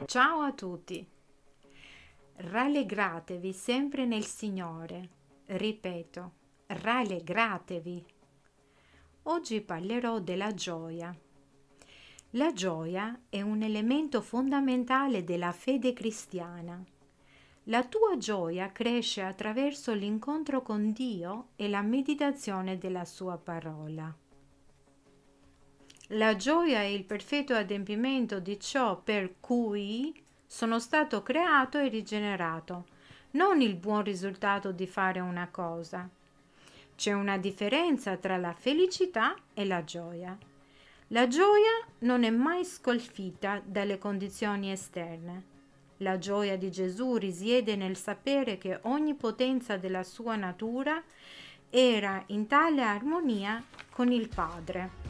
Ciao a tutti! Rallegratevi sempre nel Signore. Ripeto, rallegratevi. Oggi parlerò della gioia. La gioia è un elemento fondamentale della fede cristiana. La tua gioia cresce attraverso l'incontro con Dio e la meditazione della sua parola. La gioia è il perfetto adempimento di ciò per cui sono stato creato e rigenerato, non il buon risultato di fare una cosa. C'è una differenza tra la felicità e la gioia. La gioia non è mai sconfitta dalle condizioni esterne. La gioia di Gesù risiede nel sapere che ogni potenza della sua natura era in tale armonia con il Padre.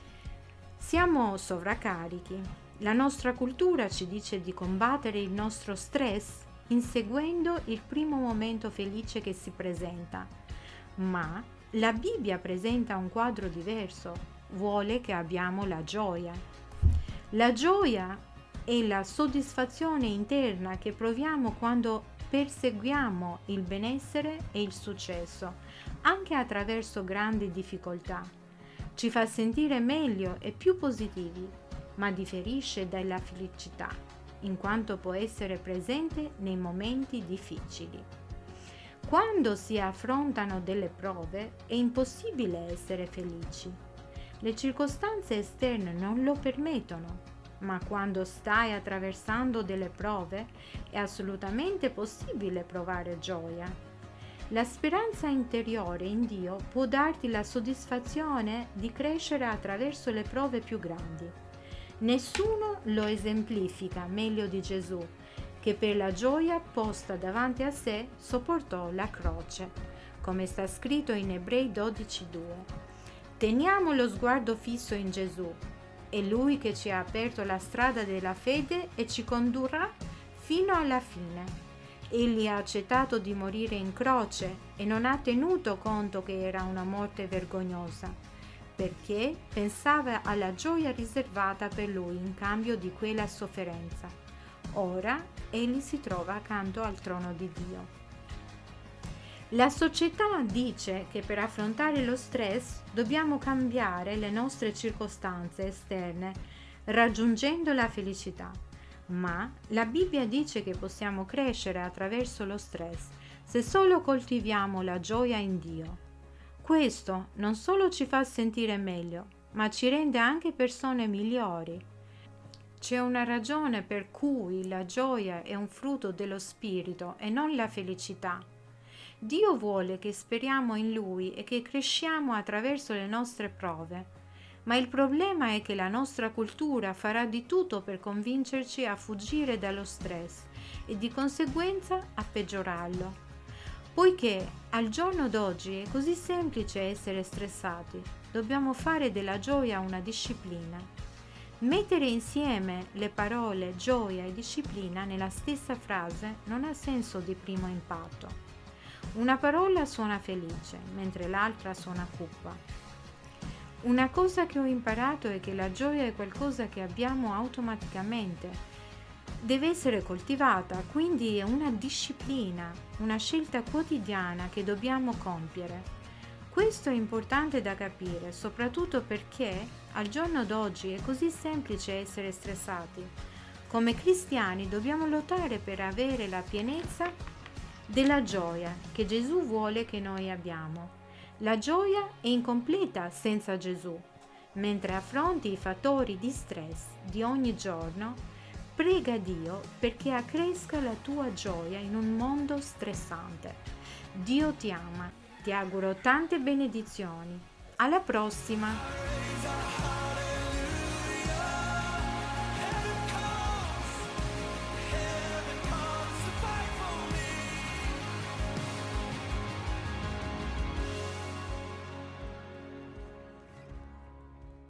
Siamo sovraccarichi. La nostra cultura ci dice di combattere il nostro stress inseguendo il primo momento felice che si presenta. Ma la Bibbia presenta un quadro diverso. Vuole che abbiamo la gioia. La gioia è la soddisfazione interna che proviamo quando perseguiamo il benessere e il successo, anche attraverso grandi difficoltà. Ci fa sentire meglio e più positivi, ma differisce dalla felicità, in quanto può essere presente nei momenti difficili. Quando si affrontano delle prove è impossibile essere felici. Le circostanze esterne non lo permettono, ma quando stai attraversando delle prove è assolutamente possibile provare gioia. La speranza interiore in Dio può darti la soddisfazione di crescere attraverso le prove più grandi. Nessuno lo esemplifica meglio di Gesù, che per la gioia posta davanti a sé sopportò la croce, come sta scritto in Ebrei 12:2. Teniamo lo sguardo fisso in Gesù, è Lui che ci ha aperto la strada della fede e ci condurrà fino alla fine. Egli ha accettato di morire in croce e non ha tenuto conto che era una morte vergognosa, perché pensava alla gioia riservata per lui in cambio di quella sofferenza. Ora egli si trova accanto al trono di Dio. La società dice che per affrontare lo stress dobbiamo cambiare le nostre circostanze esterne, raggiungendo la felicità. Ma la Bibbia dice che possiamo crescere attraverso lo stress se solo coltiviamo la gioia in Dio. Questo non solo ci fa sentire meglio, ma ci rende anche persone migliori. C'è una ragione per cui la gioia è un frutto dello spirito e non la felicità. Dio vuole che speriamo in Lui e che cresciamo attraverso le nostre prove. Ma il problema è che la nostra cultura farà di tutto per convincerci a fuggire dallo stress e di conseguenza a peggiorarlo. Poiché al giorno d'oggi è così semplice essere stressati, dobbiamo fare della gioia una disciplina. Mettere insieme le parole gioia e disciplina nella stessa frase non ha senso di primo impatto. Una parola suona felice, mentre l'altra suona cupa. Una cosa che ho imparato è che la gioia è qualcosa che abbiamo automaticamente. Deve essere coltivata, quindi è una disciplina, una scelta quotidiana che dobbiamo compiere. Questo è importante da capire, soprattutto perché al giorno d'oggi è così semplice essere stressati. Come cristiani dobbiamo lottare per avere la pienezza della gioia che Gesù vuole che noi abbiamo. La gioia è incompleta senza Gesù. Mentre affronti i fattori di stress di ogni giorno, prega Dio perché accresca la tua gioia in un mondo stressante. Dio ti ama, ti auguro tante benedizioni. Alla prossima!